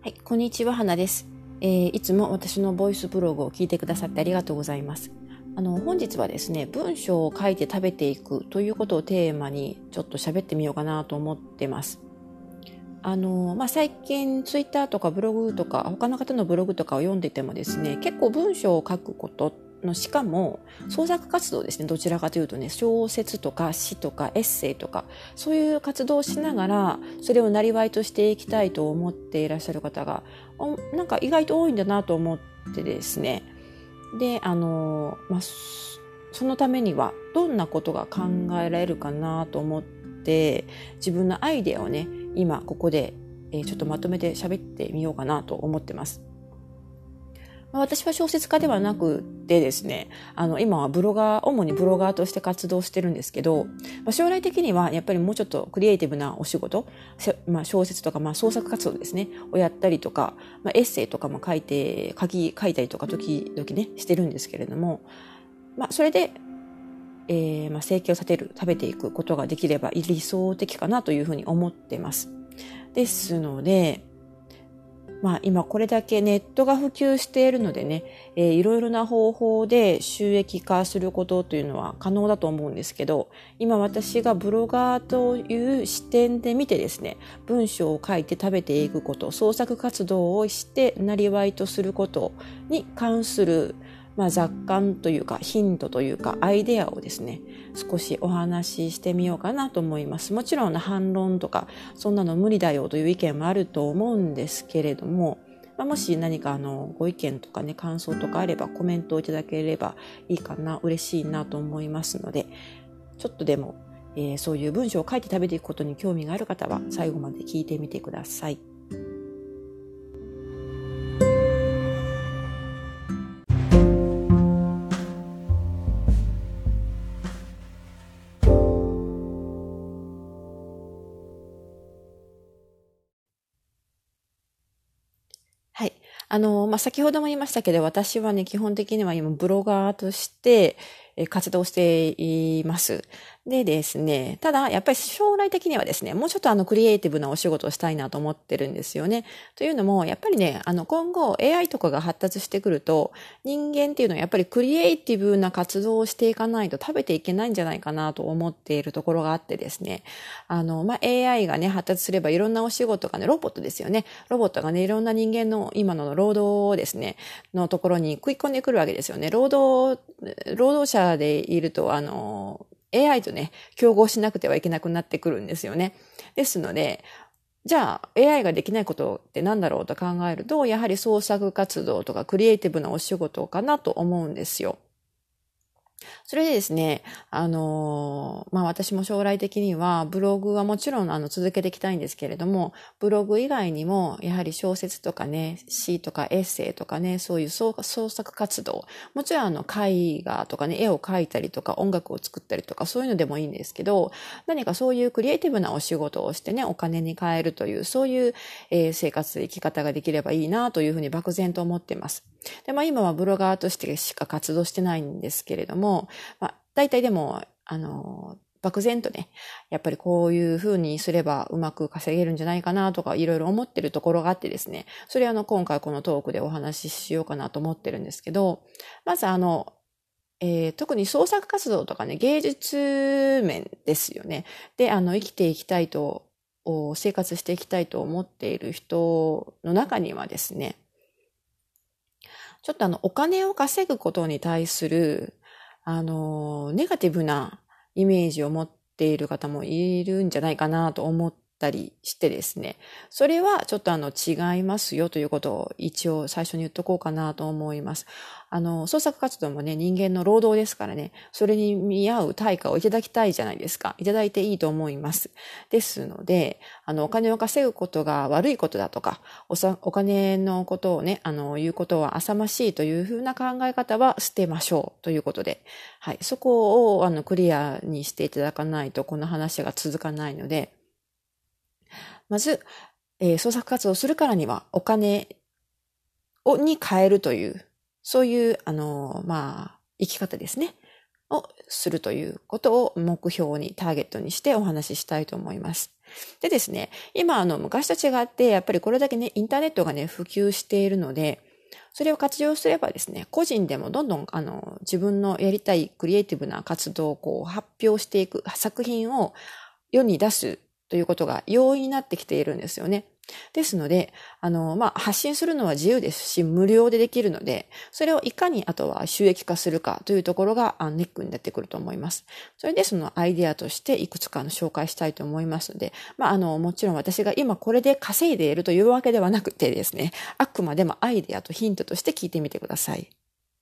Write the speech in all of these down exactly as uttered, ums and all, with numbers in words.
はい、こんにちは、花です、えー。いつも私のボイスブログを聞いてくださってありがとうございます。あの本日はですね、文章を書いて食べていくということをテーマにちょっと喋ってみようかなと思ってます。あの、まあ、最近ツイッターとかブログとか他の方のブログとかを読んでてもですね、結構文章を書くことのしかも創作活動ですね、どちらかというとね、小説とか詩とかエッセイとかそういう活動をしながらそれをなりわいとしていきたいと思っていらっしゃる方がなんか意外と多いんだなと思ってですね、であの、まあ、そのためにはどんなことが考えられるかなと思って自分のアイデアをね今ここでちょっとまとめて喋ってみようかなと思ってます。私は小説家ではなくてですね、あの今はブロガー、主にブロガーとして活動してるんですけど、まあ、将来的にはやっぱりもうちょっとクリエイティブなお仕事、まあ、小説とかまあ創作活動ですね、をやったりとか、まあ、エッセイとかも書いて、書き、書いたりとか時々ね、してるんですけれども、まあそれで、えー、まあ生計を立てる、食べていくことができれば理想的かなというふうに思ってます。ですので、まあ今これだけネットが普及しているのでね、えー、いろいろな方法で収益化することというのは可能だと思うんですけど、今私がブロガーという視点で見てですね、文章を書いて食べていくこと、創作活動をしてなりわいとすることに関するまあ、雑感というかヒントというかアイデアをですね少しお話ししてみようかなと思います。もちろん反論とかそんなの無理だよという意見もあると思うんですけれども、まあ、もし何かあのご意見とかね感想とかあればコメントをいただければいいかな、嬉しいなと思いますので、ちょっとでも、えー、そういう文章を書いて食べていくことに興味がある方は最後まで聞いてみてください。はい。あの、まあ、先ほども言いましたけど、私はね、基本的には今、ブロガーとして活動しています。でですね、ただ、やっぱり将来的にはですね、もうちょっとあの、クリエイティブなお仕事をしたいなと思ってるんですよね。というのも、やっぱりね、あの、今後 エーアイ とかが発達してくると、人間っていうのはやっぱりクリエイティブな活動をしていかないと食べていけないんじゃないかなと思っているところがあってですね、あの、まあ、エーアイ がね、発達すればいろんなお仕事がね、ロボットですよね。ロボットがね、いろんな人間の今の労働をですね、のところに食い込んでくるわけですよね。労働、労働者でいると、あの、エーアイ とね、競合しなくてはいけなくなってくるんですよね。ですので、じゃあ エーアイ ができないことって何だろうと考えると、やはり創作活動とかクリエイティブなお仕事かなと思うんですよ。それでですね、あのー、まあ、私も将来的にはブログはもちろんあの続けていきたいんですけれども、ブログ以外にもやはり小説とかね、詩とかエッセイとかね、そういう創作活動、もちろんあの絵画とかね、絵を描いたりとか音楽を作ったりとかそういうのでもいいんですけど、何かそういうクリエイティブなお仕事をしてね、お金に変えるという、そういう、えー、生活、生き方ができればいいなというふうに漠然と思っています。で、まあ今はブロガーとしてしか活動してないんですけれども、まあ大体でも、あの、漠然とね、やっぱりこういう風にすればうまく稼げるんじゃないかなとかいろいろ思ってるところがあってですね、それあの今回このトークでお話ししようかなと思ってるんですけど、まずあの、えー、特に創作活動とかね、芸術面ですよね。で、あの、生きていきたいと、生活していきたいと思っている人の中にはですね、ちょっとあの、お金を稼ぐことに対する、あの、ネガティブなイメージを持っている方もいるんじゃないかなと思ったりしてですね。それはちょっとあの、違いますよということを一応最初に言っとこうかなと思います。あの、創作活動もね、人間の労働ですからね、それに見合う対価をいただきたいじゃないですか。いただいていいと思います。ですので、あの、お金を稼ぐことが悪いことだとか、おさ、お金のことをね、あの、言うことは浅ましいというふうな考え方は捨てましょうということで、はい、そこをあの、クリアにしていただかないと、この話が続かないので、まず、えー、創作活動をするからには、お金をに変えるという、そういう、あの、まあ、生き方ですね。をするということを目標に、ターゲットにしてお話ししたいと思います。でですね、今あの昔と違って、やっぱりこれだけね、インターネットがね、普及しているので、それを活用すればですね、個人でもどんどんあの自分のやりたいクリエイティブな活動をこう発表していく、作品を世に出すということが容易になってきているんですよね。ですので、あの、まあ、発信するのは自由ですし、無料でできるので、それをいかにあとは収益化するかというところがネックになってくると思います。それでそのアイデアとしていくつかの紹介したいと思いますので、まあ、あの、もちろん私が今これで稼いでいるというわけではなくてですね、あくまでもアイデアとヒントとして聞いてみてください。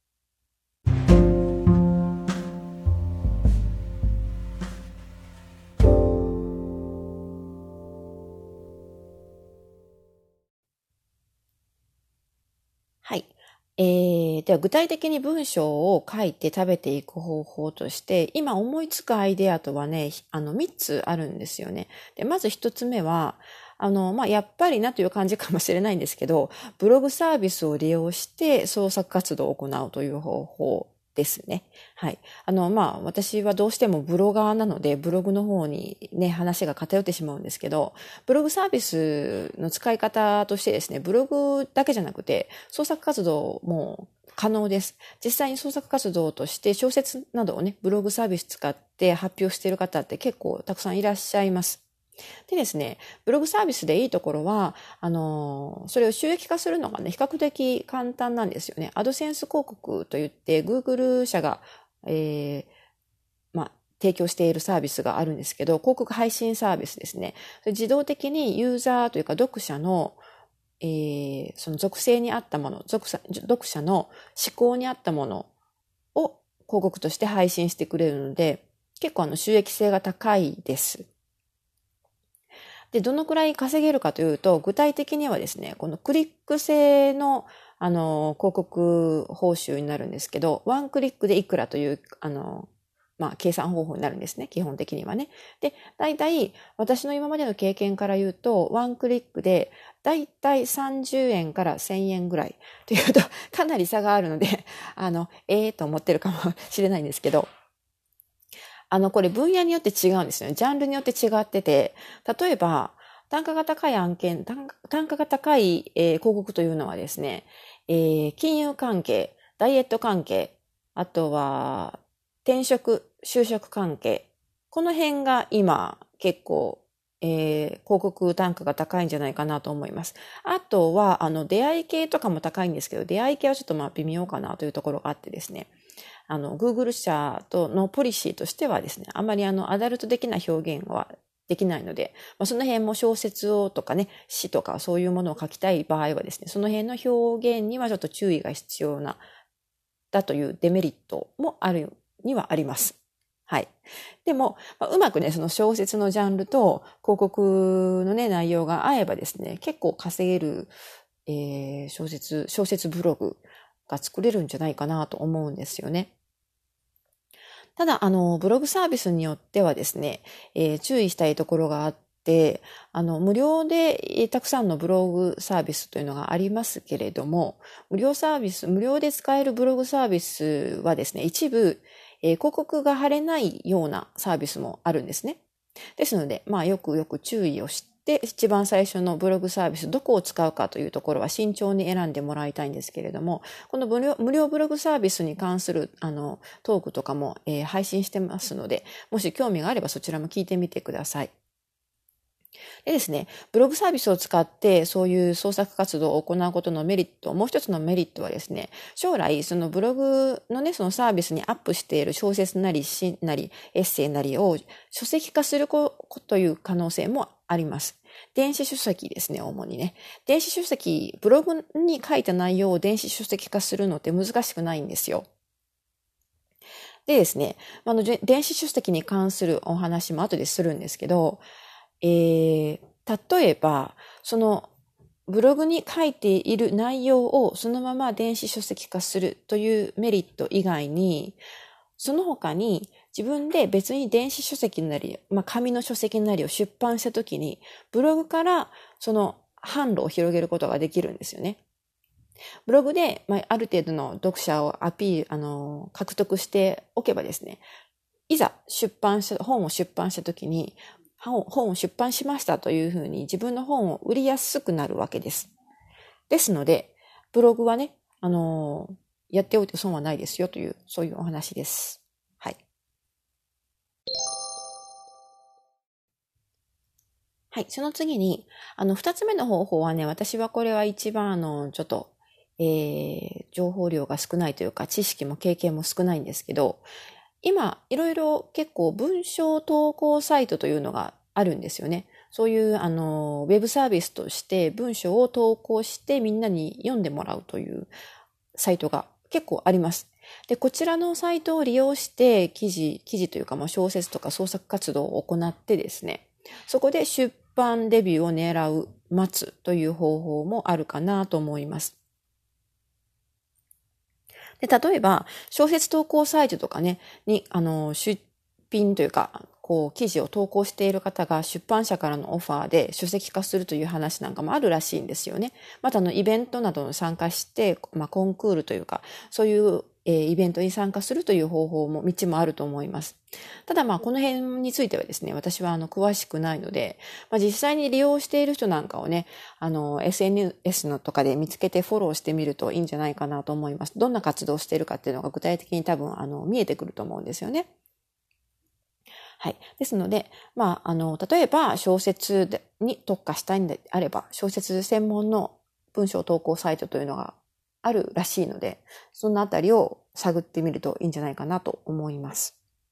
はい。えー、では具体的に文章を書いて食べていく方法として、今思いつくアイデアとはね、あのみっつあるんですよね。で、まずひとつめは、あの、まあ、やっぱりなという感じかもしれないんですけど、ブログサービスを利用して創作活動を行うという方法ですね。はい。あの、まあ、私はどうしてもブロガーなので、ブログの方にね、話が偏ってしまうんですけど、ブログサービスの使い方としてですね、ブログだけじゃなくて、創作活動も可能です。実際に創作活動として小説などをね、ブログサービス使って発表している方って結構たくさんいらっしゃいます。でですね、ブログサービスでいいところは、あの、それを収益化するのがね、比較的簡単なんですよね。アドセンス広告といって、Google 社が、えー、まあ、提供しているサービスがあるんですけど、広告配信サービスですね。自動的にユーザーというか読者の、えー、その属性に合ったもの、読者、読者の思考に合ったものを広告として配信してくれるので、結構あの収益性が高いです。で、どのくらい稼げるかというと、具体的にはですね、このクリック制の、あの、広告報酬になるんですけど、ワンクリックでいくらという、あの、まあ、計算方法になるんですね、基本的にはね。で、大体、私の今までの経験から言うと、ワンクリックで、大体さんじゅうえんからせんえんぐらい。というと、かなり差があるので、あの、ええー、と思ってるかもしれないんですけど、あの、これ分野によって違うんですよね。ジャンルによって違ってて、例えば、単価が高い案件、単価単価が高い、えー広告というのはですね、えー金融関係、ダイエット関係、あとは転職、就職関係。この辺が今結構、えー広告単価が高いんじゃないかなと思います。あとは、あの、出会い系とかも高いんですけど、出会い系はちょっとまあ微妙かなというところがあってですね。あの、Google 社とのポリシーとしてはですね、あまりあの、アダルト的な表現はできないので、まあ、その辺も小説をとかね、詩とかそういうものを書きたい場合はですね、その辺の表現にはちょっと注意が必要な、だというデメリットもあるにはあります。はい。でも、まあ、うまくね、その小説のジャンルと広告のね、内容が合えばですね、結構稼げる、えー、小説、小説ブログが作れるんじゃないかなと思うんですよね。ただ、あの、ブログサービスによってはですね、えー注意したいところがあって、あの、無料で、えーたくさんのブログサービスというのがありますけれども、無料サービス、無料で使えるブログサービスはですね、一部、えー広告が貼れないようなサービスもあるんですね。ですので、まあ、よくよく注意をして、一番最初のブログサービス、どこを使うかというところは慎重に選んでもらいたいんですけれども、この無料無料ブログサービスに関するあのトークとかも、えー配信してますので、もし興味があればそちらも聞いてみてください。でですね、ブログサービスを使ってそういう創作活動を行うことのメリット、もう一つのメリットはですね、将来そのブログのね、そのサービスにアップしている小説なり詩なりエッセイなりを書籍化するという可能性もあります。電子書籍ですね、主にね。電子書籍、ブログに書いた内容を電子書籍化するのって難しくないんですよ。でですね、あの電子書籍に関するお話も後でするんですけど、えー、例えば、そのブログに書いている内容をそのまま電子書籍化するというメリット以外に、その他に自分で別に電子書籍なり、まあ、紙の書籍なりを出版したときに、ブログからその販路を広げることができるんですよね。ブログで、まあ、ある程度の読者をアピール、あの、獲得しておけばですね、 いざ出版した、本を出版した時に、本を出版しましたというふうに自分の本を売りやすくなるわけです。ですので、ブログはね、あのー、やっておいて損はないですよという、そういうお話です。はい。はい。その次に、あの、二つ目の方法はね、私はこれは一番、あの、ちょっと、えー、情報量が少ないというか、知識も経験も少ないんですけど、今、いろいろ結構文章投稿サイトというのがあるんですよね。そういう、あの、ウェブサービスとして文章を投稿してみんなに読んでもらうというサイトが結構あります。で、こちらのサイトを利用して記事、記事というか、まあ、小説とか創作活動を行ってですね、そこで出版デビューを狙う、待つという方法もあるかなと思います。で、例えば、小説投稿サイトとかね、に、あの、出品というか、こう、記事を投稿している方が出版社からのオファーで書籍化するという話なんかもあるらしいんですよね。また、あの、イベントなどに参加して、まあ、コンクールというか、そういう、えー、イベントに参加するという方法も、道もあると思います。ただ、まあ、この辺についてはですね、私は、あの、詳しくないので、まあ、実際に利用している人なんかをね、あの、エスエヌエス のとかで見つけてフォローしてみるといいんじゃないかなと思います。どんな活動をしているかっていうのが具体的に多分、あの、見えてくると思うんですよね。はい。ですので、まあ、あの、例えば小説に特化したいんであれば、小説専門の文章投稿サイトというのがあるらしいので、そのあたりを探ってみるといいんじゃないかなと思います。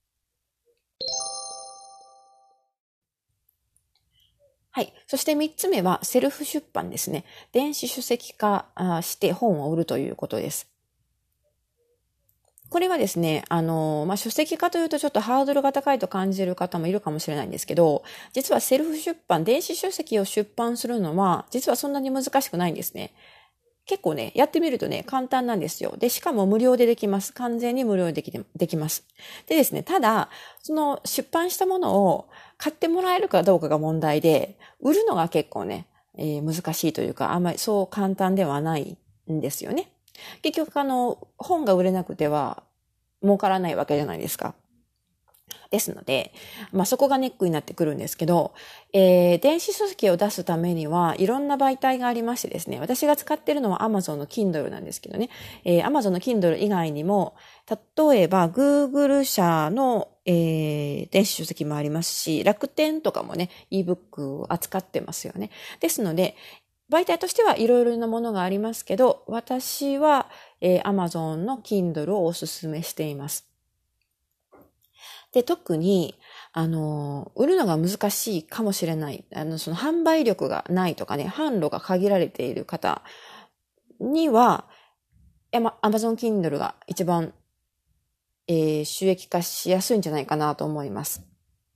はい。そして三つ目はセルフ出版ですね。電子書籍化して本を売るということです。これはですね、あの、まあ、書籍化というとちょっとハードルが高いと感じる方もいるかもしれないんですけど、実はセルフ出版、電子書籍を出版するのは、実はそんなに難しくないんですね。結構ね、やってみるとね、簡単なんですよ。で、しかも無料でできます。完全に無料でできできます。でですね、ただ、その出版したものを買ってもらえるかどうかが問題で、売るのが結構ね、えー、難しいというか、あんまりそう簡単ではないんですよね。結局、あの、本が売れなくては儲からないわけじゃないですか。ですので、まあ、そこがネックになってくるんですけど、えー、電子書籍を出すためにはいろんな媒体がありましてですね、私が使っているのは Amazon の Kindle なんですけどね、えー、Amazon の Kindle 以外にも、例えば Google 社の、えー、電子書籍もありますし、楽天とかもね、ebook を扱ってますよね。ですので、媒体としてはいろいろなものがありますけど、私は、えー、Amazon の Kindle をおすすめしています。で、特に、あの、売るのが難しいかもしれない。あの、その販売力がないとかね、販路が限られている方には、Amazon Kindle が一番、えー、収益化しやすいんじゃないかなと思います。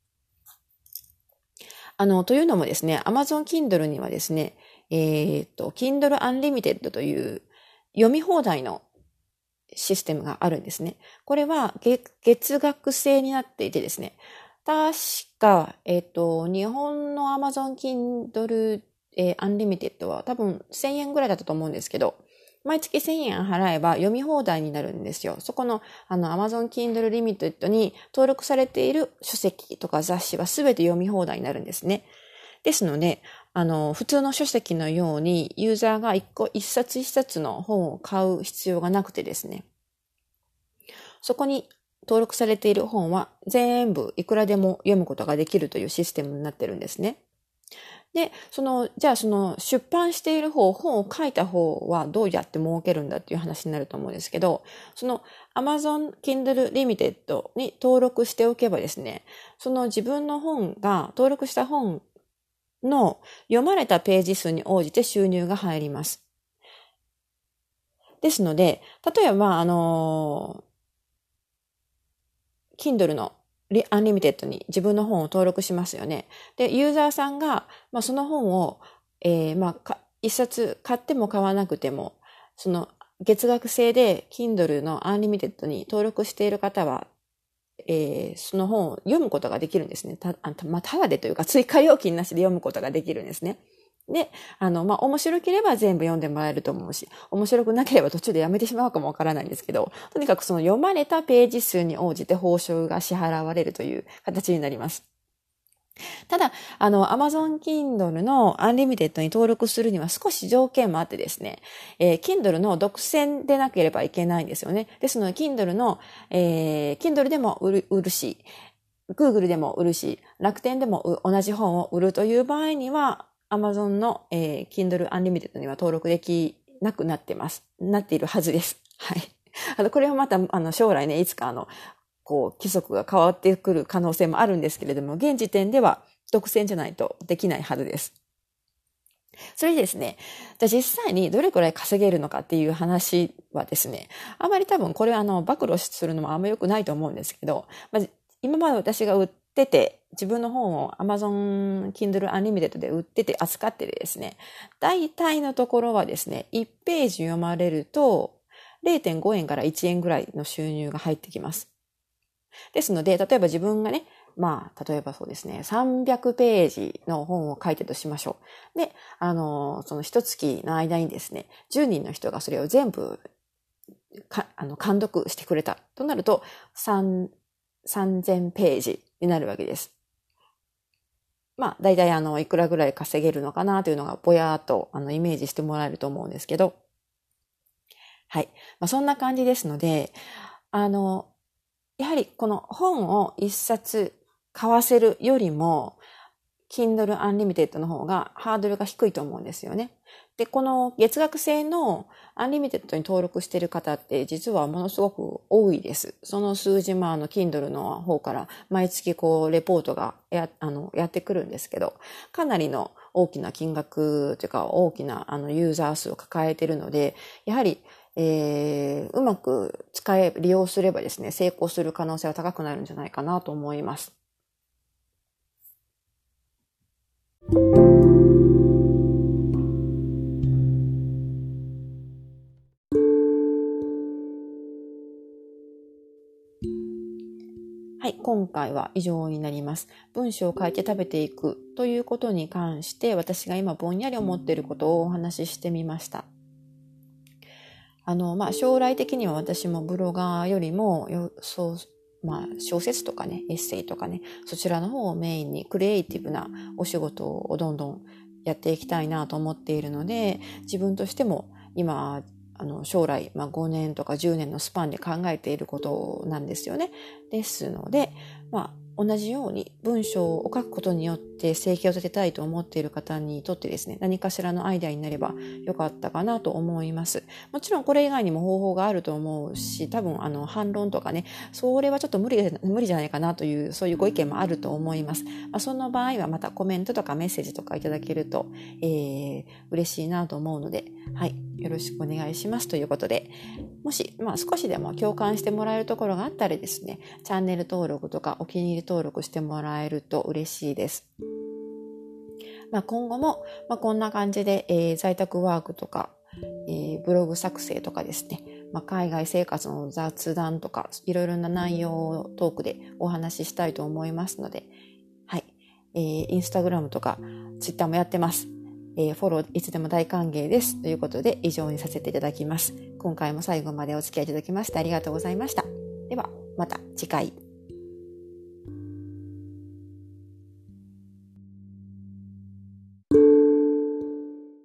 あの、というのもですね、Amazon Kindle にはですね、えっと、Kindle Unlimited という読み放題のシステムがあるんですね。これは月額制になっていてですね、確か、えっと、日本の Amazon Kindle、えー、Unlimited は多分せんえんぐらいだったと思うんですけど、毎月せんえん払えば読み放題になるんですよ。そこの、あの、Amazon Kindle Limited に登録されている書籍とか雑誌はすべて読み放題になるんですね。ですので、あの、普通の書籍のようにユーザーが一個一冊一冊の本を買う必要がなくてですね。そこに登録されている本は全部いくらでも読むことができるというシステムになってるんですね。で、その、じゃあその出版している方、本を書いた方はどうやって儲けるんだっていう話になると思うんですけど、その Amazon Kindle Limited に登録しておけばですね、その自分の本が、登録した本の読まれたページ数に応じて収入が入ります。ですので、例えば、あの、Kindle のアンリミテッドに自分の本を登録しますよね。で、ユーザーさんが、まあ、その本を、えー、まあ、一冊買っても買わなくても、その月額制で Kindle のアンリミテッドに登録している方は、えー、その本を読むことができるんですね。た、あまあ、ただでというか追加料金なしで読むことができるんですね。 で、あの、まあ、面白ければ全部読んでもらえると思うし、面白くなければ途中でやめてしまうかもわからないんですけど、とにかくその読まれたページ数に応じて報酬が支払われるという形になります。ただ、あの、Amazon Kindle の Unlimited に登録するには少し条件もあってですね、えー、Kindle の独占でなければいけないんですよね。ですので、Kindle の、えー、Kindle でも売る、売るし、Google でも売るし、楽天でも同じ本を売るという場合には、Amazon の、えー、Kindle Unlimited には登録できなくなってます。なっているはずです。はい。あの、これはまた、あの、将来ね、いつかあの、こう、規則が変わってくる可能性もあるんですけれども、現時点では独占じゃないとできないはずです。それでですね、じゃあ実際にどれくらい稼げるのかっていう話はですね、あまり多分これはあの、暴露するのもあんま良くないと思うんですけど、まあ、今まで私が売ってて、自分の本を Amazon Kindle Unlimited で売ってて扱っててですね、大体のところはですね、いちページ読まれると れいてんごえんからいちえんぐらいの収入が入ってきます。ですので、例えば自分がね、まあ、例えばそうですね、さんびゃくページの本を書いてとしましょう。で、あの、その一月の間にですね、じゅうにんの人がそれを全部、か、あの、監読してくれたとなると、さん、さんぜんページになるわけです。まあ、だいたいあの、いくらぐらい稼げるのかなというのがぼやーっと、あの、イメージしてもらえると思うんですけど、はい。まあ、そんな感じですので、あの、やはりこの本を一冊買わせるよりも、Kindle Unlimited の方がハードルが低いと思うんですよね。で、この月額制の Unlimited に登録している方って実はものすごく多いです。その数字もあの Kindle の方から毎月こうレポートがや、あの、やってくるんですけど、かなりの大きな金額というか大きなあのユーザー数を抱えているので、やはりえー、うまく使え、利用すればですね、成功する可能性は高くなるんじゃないかなと思います。はい、今回は以上になります。文章を書いて食べていくということに関して、私が今ぼんやり思っていることをお話ししてみました。あの、まあ、将来的には私もブロガーよりも、よそう、まあ、小説とかね、エッセイとかね、そちらの方をメインにクリエイティブなお仕事をどんどんやっていきたいなと思っているので、自分としても今、あの、将来、まあ、ごねんとかじゅうねんのスパンで考えていることなんですよね。ですので、まあ、同じように文章を書くことによって生計を立てたいと思っている方にとってですね、何かしらのアイデアになればよかったかなと思います。もちろんこれ以外にも方法があると思うし、多分あの反論とかね、それはちょっと無理、無理じゃないかなという、そういうご意見もあると思います。まあ、その場合はまたコメントとかメッセージとかいただけると、えー、嬉しいなと思うので、はい、よろしくお願いしますということで、もし、まあ、少しでも共感してもらえるところがあったらですね、チャンネル登録とかお気に入り登録してもらえると嬉しいです。まあ、今後も、まあ、こんな感じで、えー、在宅ワークとか、えー、ブログ作成とかですね、まあ、海外生活の雑談とか、いろいろな内容をトークでお話ししたいと思いますので、はい、えー、インスタグラムとかツイッターもやってます。えー、フォローいつでも大歓迎です。ということで以上にさせていただきます。今回も最後までお付き合いいただきましてありがとうございました。では、また次回。